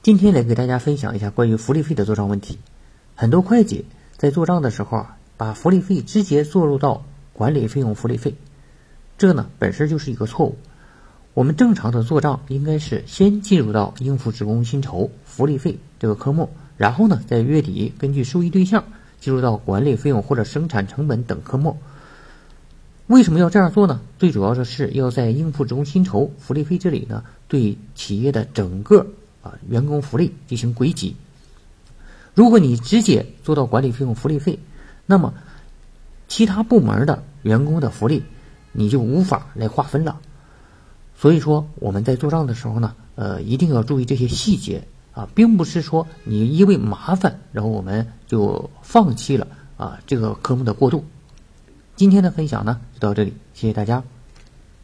今天来给大家分享一下关于福利费的做账问题。很多会计在做账的时候把福利费直接做入到管理费用福利费，这呢本身就是一个错误。我们正常的做账应该是先进入到应付职工薪酬福利费这个科目，然后呢在月底根据收益对象进入到管理费用或者生产成本等科目。为什么要这样做呢？最主要的是要在应付职工薪酬福利费这里呢，对企业的整个员工福利进行归集。如果你直接做到管理费用福利费，那么其他部门的员工的福利你就无法来划分了。所以说我们在做账的时候呢，一定要注意这些细节并不是说你因为麻烦，然后我们就放弃了这个科目的过渡。今天的分享呢就到这里，谢谢大家。